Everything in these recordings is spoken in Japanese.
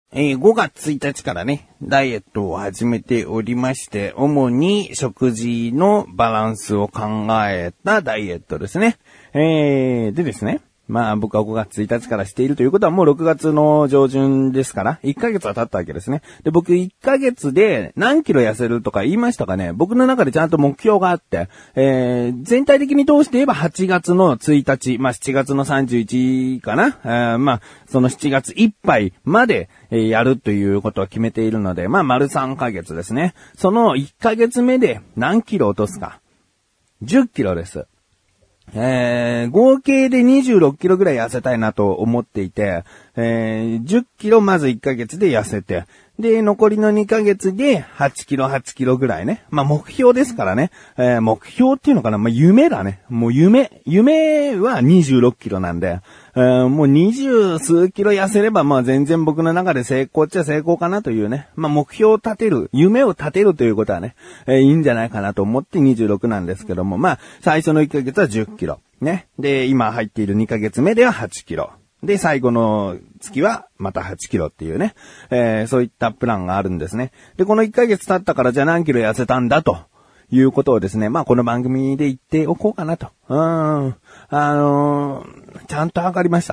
5月1日からね、ダイエットを始めておりまして、主に食事のバランスを考えたダイエットですね。でですね、まあ僕は5月1日からしているということはもう6月の上旬ですから、1ヶ月は経ったわけですね。で、僕1ヶ月で何キロ痩せるとか言いましたかね。僕の中でちゃんと目標があって、全体的に通して言えば8月の1日、まあ7月の31かな。まあその7月いっぱいまでやるということを決めているので、まあ丸3ヶ月ですね。その1ヶ月目で何キロ落とすか。10キロです。合計で26キロぐらい痩せたいなと思っていて、10キロまず1ヶ月で痩せて、で、残りの2ヶ月で8キロぐらいね。まあ、目標ですからね。目標っていうのかな。まあ、夢だね。もう夢は26キロなんで、もう20数キロ痩せれば、まあ、全然僕の中で成功っちゃ成功かなというね。まあ、目標を立てる、夢を立てるということはね、いいんじゃないかなと思って26なんですけども、まあ、最初の1ヶ月は10キロ。ね。で、今入っている2ヶ月目では8キロ。で、最後の月はまた8キロっていうね、そういったプランがあるんですね。で、この1ヶ月経ったからじゃあ何キロ痩せたんだということをですね、まあこの番組で言っておこうかなと。ちゃんと測りました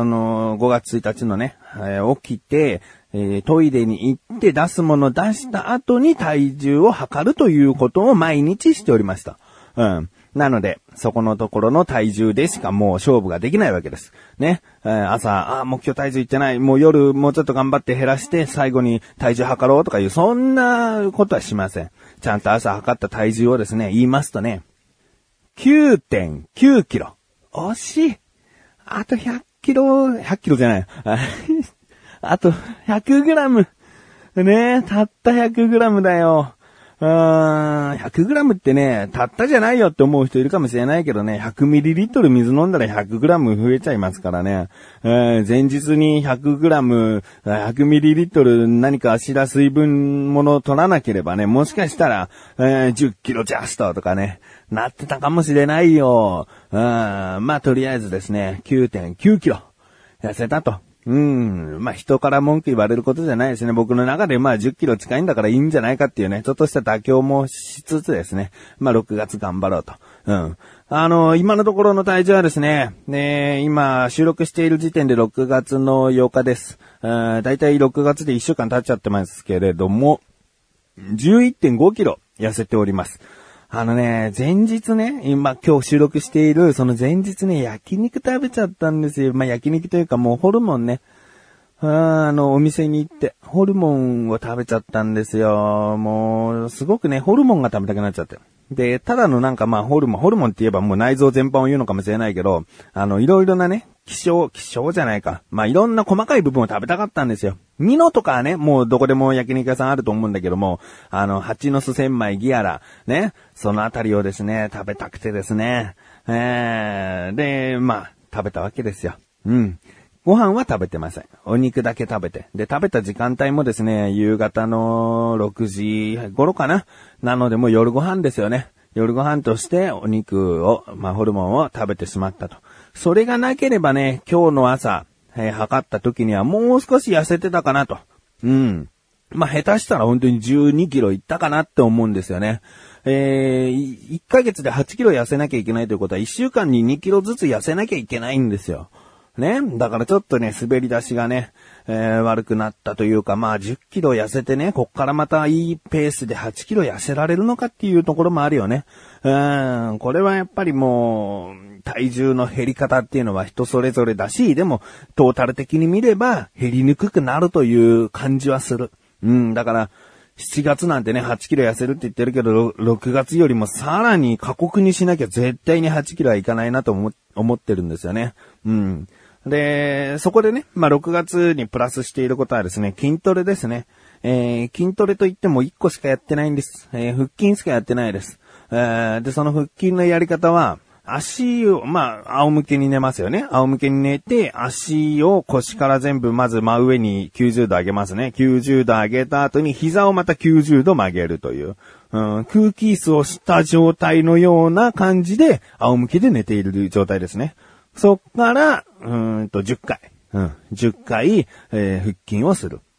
。5月1日のね、起きて、トイレに行って出すもの出した後に体重を測るということを毎日しておりました。なので、そこのところの体重でしかもう勝負ができないわけです。ね。朝、目標体重いってない。もう夜もうちょっと頑張って減らして最後に体重測ろうとかいう、そんなことはしません。ちゃんと朝測った体重をですね、言いますとね、9.9 キロ。惜しい。あと100キロじゃない。あと100グラム。ね、たった100グラムだよ。100グラムってね、たったじゃないよって思う人いるかもしれないけどね、100ミリリットル水飲んだら100グラム増えちゃいますからね。前日に100グラム、100ミリリットル何かしら水分ものを取らなければね、もしかしたら、10キロジャストとかね、なってたかもしれないよ。まあ、とりあえずですね、9.9 キロ痩せたと。まあ、人から文句言われることじゃないですね。僕の中でまあ10キロ近いんだからいいんじゃないかっていうね、ちょっとした妥協もしつつですね。まあ6月頑張ろうと。今のところの体重はですね、今収録している時点で6月の8日です。だいたい6月で1週間経っちゃってますけれども、11.5 キロ痩せております。前日ね、今日収録している、その前日ね、焼肉食べちゃったんですよ。まあ、焼肉というかもうホルモンね。お店に行って、ホルモンを食べちゃったんですよ。もう、すごくね、ホルモンが食べたくなっちゃって。で、ただのなんかまあ、ホルモンって言えばもう内臓全般を言うのかもしれないけど、いろいろなね、希少じゃないか。まあ、いろんな細かい部分を食べたかったんですよ。ミノとかはね、もうどこでも焼肉屋さんあると思うんだけども、蜂の巣千枚ギアラ、ね、そのあたりをですね、食べたくてですね、で、まあ、食べたわけですよ。ご飯は食べてません。お肉だけ食べて。で、食べた時間帯もですね、夕方の6時頃かな。なのでもう夜ご飯ですよね。夜ご飯としてお肉を、まあ、ホルモンを食べてしまったと。それがなければね、今日の朝、測った時にはもう少し痩せてたかなと。まあ、下手したら本当に12キロいったかなって思うんですよね。1ヶ月で8キロ痩せなきゃいけないということは1週間に2キロずつ痩せなきゃいけないんですよ。ね。だからちょっとね、滑り出しがね、悪くなったというか、まあ10キロ痩せてね、こっからまたいいペースで8キロ痩せられるのかっていうところもあるよね。これはやっぱりもう、体重の減り方っていうのは人それぞれだし、でも、トータル的に見れば減りにくくなるという感じはする。だから、7月なんてね、8キロ痩せるって言ってるけど、6月よりもさらに過酷にしなきゃ絶対に8キロはいかないなと思ってるんですよね。で、そこでね、まあ、6月にプラスしていることはですね、筋トレですね。筋トレといっても1個しかやってないんです。腹筋しかやってないです。で、その腹筋のやり方は、足を、まあ、仰向けに寝ますよね。仰向けに寝て、足を腰から全部まず真上に90度上げますね。90度上げた後に膝をまた90度曲げるという。空気椅子をした状態のような感じで、仰向けで寝ている状態ですね。そっから、10回。10回、腹筋をする。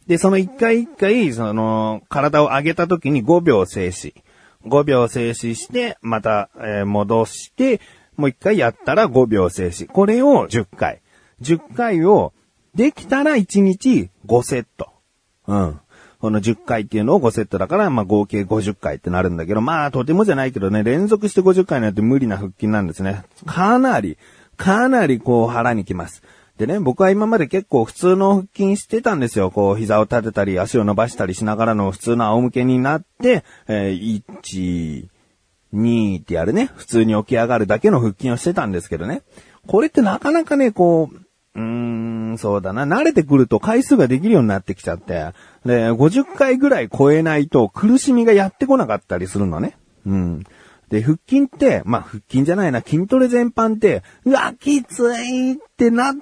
で、その一回一回、体を上げた時に5秒静止。5秒静止して、また、戻して、もう一回やったら5秒静止。これを10回。10回を、できたら1日5セット。うん。この10回っていうのを5セットだから、まあ合計50回ってなるんだけど、まあとてもじゃないけどね、連続して50回になって無理な腹筋なんですね。かなりこう腹にきます。でね、僕は今まで結構普通の腹筋してたんですよ。こう膝を立てたり足を伸ばしたりしながらの普通の仰向けになって、1、2ってやるね。普通に起き上がるだけの腹筋をしてたんですけどね。これってなかなかね、こう、そうだな。慣れてくると回数ができるようになってきちゃって。で、50回ぐらい超えないと苦しみがやってこなかったりするのね。うん。で、腹筋って、まあ、腹筋じゃないな、筋トレ全般って、うわ、きついってなった、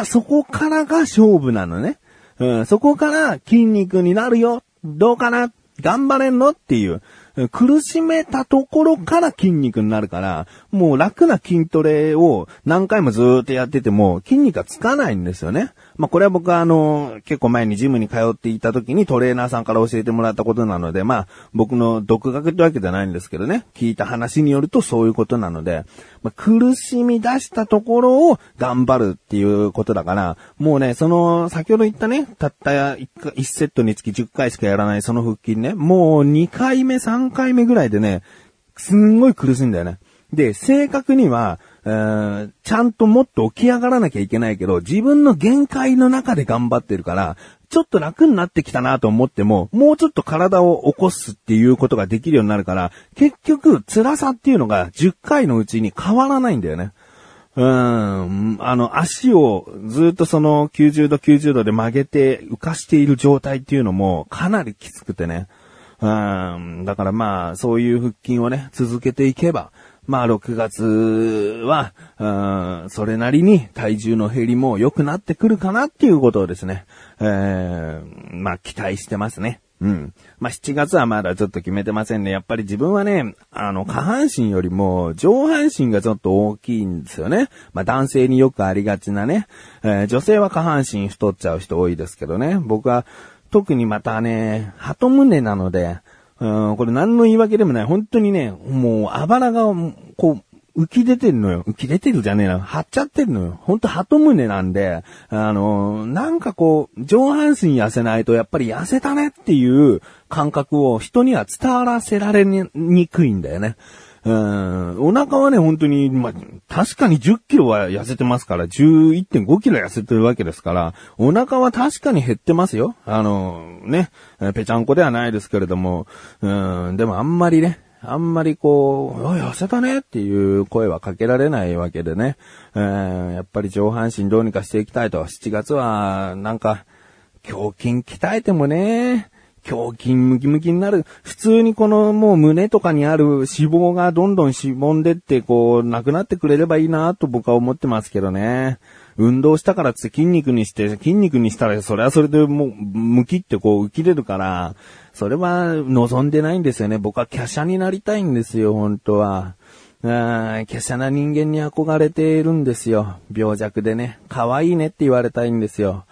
そこからが勝負なのね。うん、そこから筋肉になるよ。どうかな？頑張れんのっていう。苦しめたところから筋肉になるから、もう楽な筋トレを何回もずーっとやってても筋肉がつかないんですよね。まあこれは僕は結構前にジムに通っていた時にトレーナーさんから教えてもらったことなので、まあ僕の独学ってわけじゃないんですけどね、聞いた話によるとそういうことなので、まあ、苦しみ出したところを頑張るっていうことだから、もうね、先ほど言ったね、たった1セットにつき10回しかやらないその腹筋ね、もう2回目、3回目ぐらいでね、すんごい苦しいんだよね。で、正確には、ちゃんともっと起き上がらなきゃいけないけど、自分の限界の中で頑張ってるから、ちょっと楽になってきたなと思っても、もうちょっと体を起こすっていうことができるようになるから、結局、辛さっていうのが10回のうちに変わらないんだよね。足をずっとその90度90度で曲げて浮かしている状態っていうのもかなりきつくてね。だからまあ、そういう腹筋をね、続けていけば、まあ6月は、それなりに体重の減りも良くなってくるかなっていうことをですね、まあ期待してますね。うん。まあ7月はまだちょっと決めてませんね。やっぱり自分はね、下半身よりも上半身がちょっと大きいんですよね。まあ男性によくありがちなね、女性は下半身太っちゃう人多いですけどね。僕は特にまたね、鳩胸なので、これ何の言い訳でもない。本当にね、もう、あばらが、こう、浮き出てるのよ。浮き出てるじゃねえな。張っちゃってるのよ。ほんと鳩胸なんで、なんかこう、上半身痩せないとやっぱり痩せたねっていう感覚を人には伝わらせられにくいんだよね。お腹はね、本当に、まあ、確かに10キロは痩せてますから、11.5 キロ痩せてるわけですから、お腹は確かに減ってますよ。ね、ぺちゃんこではないですけれども、でもあんまりこう、痩せたねっていう声はかけられないわけでね、やっぱり上半身どうにかしていきたいと、7月は、なんか、胸筋鍛えてもね、胸筋ムキムキになる。普通にこのもう胸とかにある脂肪がどんどんしぼんでってこうなくなってくれればいいなと僕は思ってますけどね。運動したからって筋肉にしたらそれはそれでもうムキってこう浮き出るから、それは望んでないんですよね。僕は華奢になりたいんですよ、本当は。華奢な人間に憧れているんですよ。病弱でね。可愛いねって言われたいんですよ。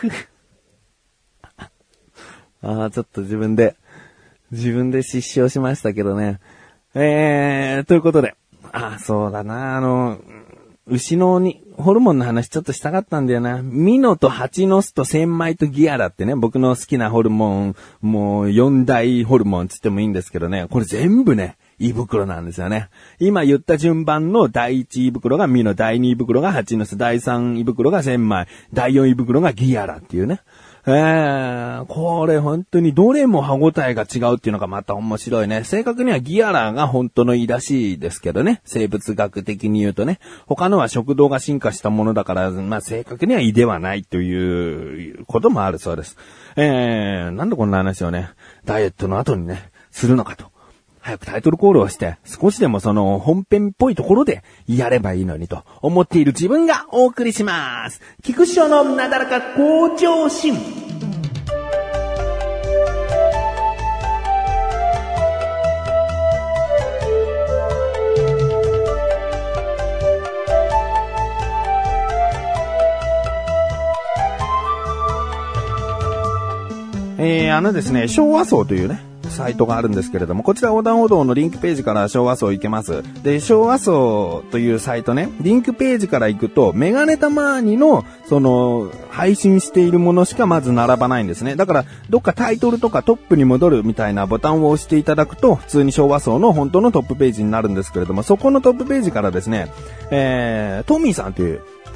ちょっと自分で失笑しましたけどね。ということで。そうだな、牛のホルモンの話ちょっとしたかったんだよな。ミノとハチノスとセンマイとギアラってね、僕の好きなホルモン、もう4大ホルモンつってもいいんですけどね、これ全部ね、胃袋なんですよね。今言った順番の第1胃袋がミノ、第2胃袋がハチノス、第3胃袋がセンマイ、第4胃袋がギアラっていうね。これ本当にどれも歯応えが違うっていうのがまた面白いね。正確にはギアラが本当の胃らしいですけどね。生物学的に言うとね。他のは食道が進化したものだから、まあ正確には胃ではないということもあるそうです。なんでこんな話をね、ダイエットの後にね、するのかと。早くタイトルコールをして、少しでもその本編っぽいところでやればいいのにと思っている自分がお送りします。菊師匠のなだらか向上心。 ですね、昭和荘というね、サイトがあるんですけれども、こちら横断歩道のリンクページから昭和荘行けます。で、昭和荘というサイトね、リンクページから行くと、メガネたまーにの、配信しているものしかまず並ばないんですね。だから、どっかタイトルとかトップに戻るみたいなボタンを押していただくと、普通に昭和荘の本当のトップページになるんですけれども、そこのトップページからですね、トミーさんという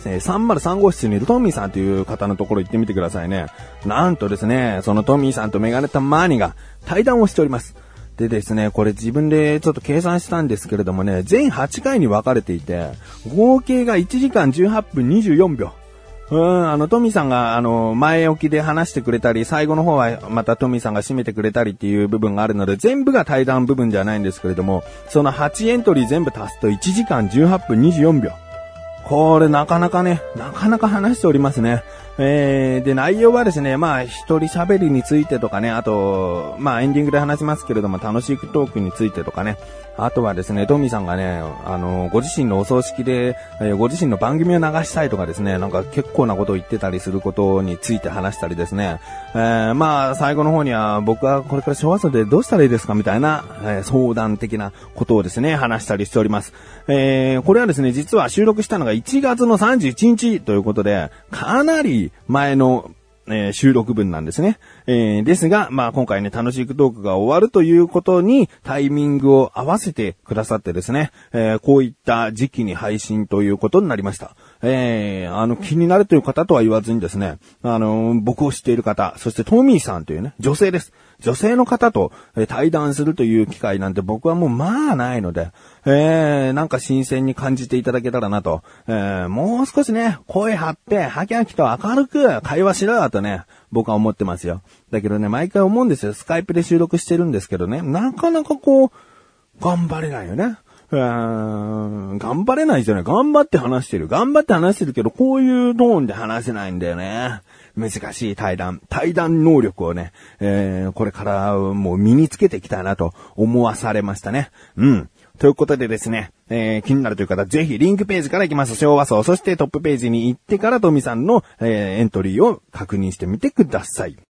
、303号室にいるトミーさんという方のところ行ってみてくださいね。なんとですね、そのトミーさんとメガネたまーにが対談をしております。でですね、これ自分でちょっと計算したんですけれどもね、全8回に分かれていて、合計が1時間18分24秒。トミーさんが、前置きで話してくれたり、最後の方はまたトミーさんが締めてくれたりっていう部分があるので、全部が対談部分じゃないんですけれども、その8エントリー全部足すと1時間18分24秒。これなかなか話しておりますね。で、内容はですね、一人喋りについてとかね、あと、エンディングで話しますけれども、楽しいトークについてとかね、あとはですね、トミーさんがね、ご自身のお葬式で、ご自身の番組を流したいとかですね、なんか結構なことを言ってたりすることについて話したりですね、最後の方には僕はこれから昭和荘でどうしたらいいですかみたいな、相談的なことをですね、話したりしております。これはですね、実は収録したのが1月の31日ということで、かなり前の収録分なんですね。ですが、今回ね、楽しいトークが終わるということにタイミングを合わせてくださってですね、こういった時期に配信ということになりました。気になるという方とは言わずにですね、僕を知っている方、そしてトミーさんというね、女性です。女性の方と対談するという機会なんて僕はもうないので、なんか新鮮に感じていただけたらなと、もう少しね、声張って、ハキハキと明るく会話しろよとね、僕は思ってますよ。だけどね、毎回思うんですよ。スカイプで収録してるんですけどね、なかなか頑張れないよね。頑張れないじゃない。頑張って話してるけど、こういうトーンで話せないんだよね。難しい対談能力をね、これからもう身につけていきたいなと思わされましたね。ということでですね、気になるという方、ぜひリンクページから行きます。昭和荘、そしてトップページに行ってからトミさんの、エントリーを確認してみてください。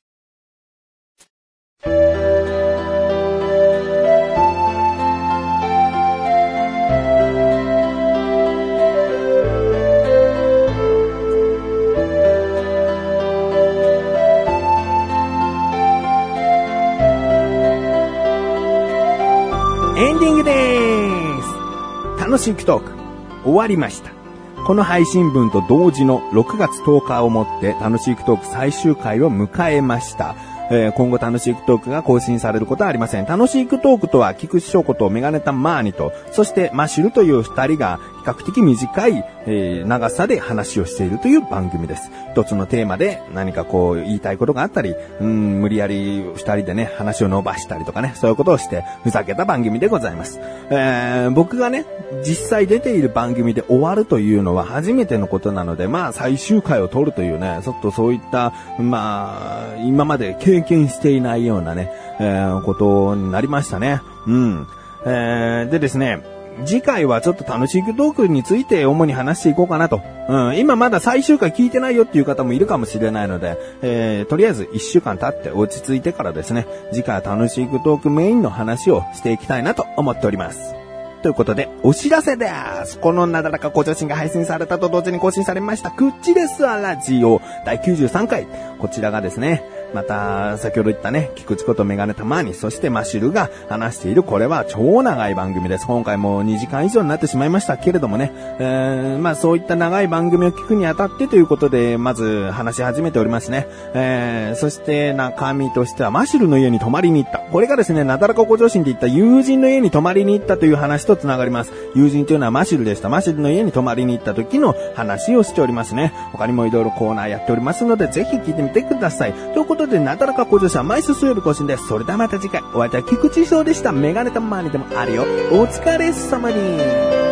エンディングでーす。楽しいトーク終わりました。この配信分と同時の6月10日をもって楽しいトーク最終回を迎えました。今後楽しいトークが更新されることはありません。楽しいトークとは菊池翔子とメガネタマーニと、そしてマシュルという二人が比較的短い、長さで話をしているという番組です。一つのテーマで何か言いたいことがあったり、無理やり二人でね、話を伸ばしたりとかね、そういうことをしてふざけた番組でございます。僕がね、実際出ている番組で終わるというのは初めてのことなので、最終回を撮るというね、ちょっとそういった、今まで経験していないようなね、ことになりましたね。でですね、次回はちょっと楽しいトークについて主に話していこうかなと。今まだ最終回聞いてないよっていう方もいるかもしれないので、とりあえず1週間経って落ち着いてからですね、次回は楽しいトークメインの話をしていきたいなと思っております。ということで、お知らせです。このなだらか向上心が配信されたと同時に更新されました、クッチレスアラジオ第93回。こちらがですね、また、先ほど言ったね、菊池ことメガネたまに、そしてマシュルが話している、これは超長い番組です。今回も2時間以上になってしまいましたけれどもね、そういった長い番組を聞くにあたってということで、まず話し始めておりますね。そして中身としては、マシュルの家に泊まりに行った。これがですね、なだらか向上心で言った友人の家に泊まりに行ったという話とつながります。友人というのはマシュルでした。マシュルの家に泊まりに行った時の話をしておりますね。他にもいろいろコーナーやっておりますので、ぜひ聞いてみてください。ということで、なだらか向上心は毎週水曜日更新です。それではまた次回、お相手は菊池翔でした。メガネたまにでもあるよ。お疲れ様に。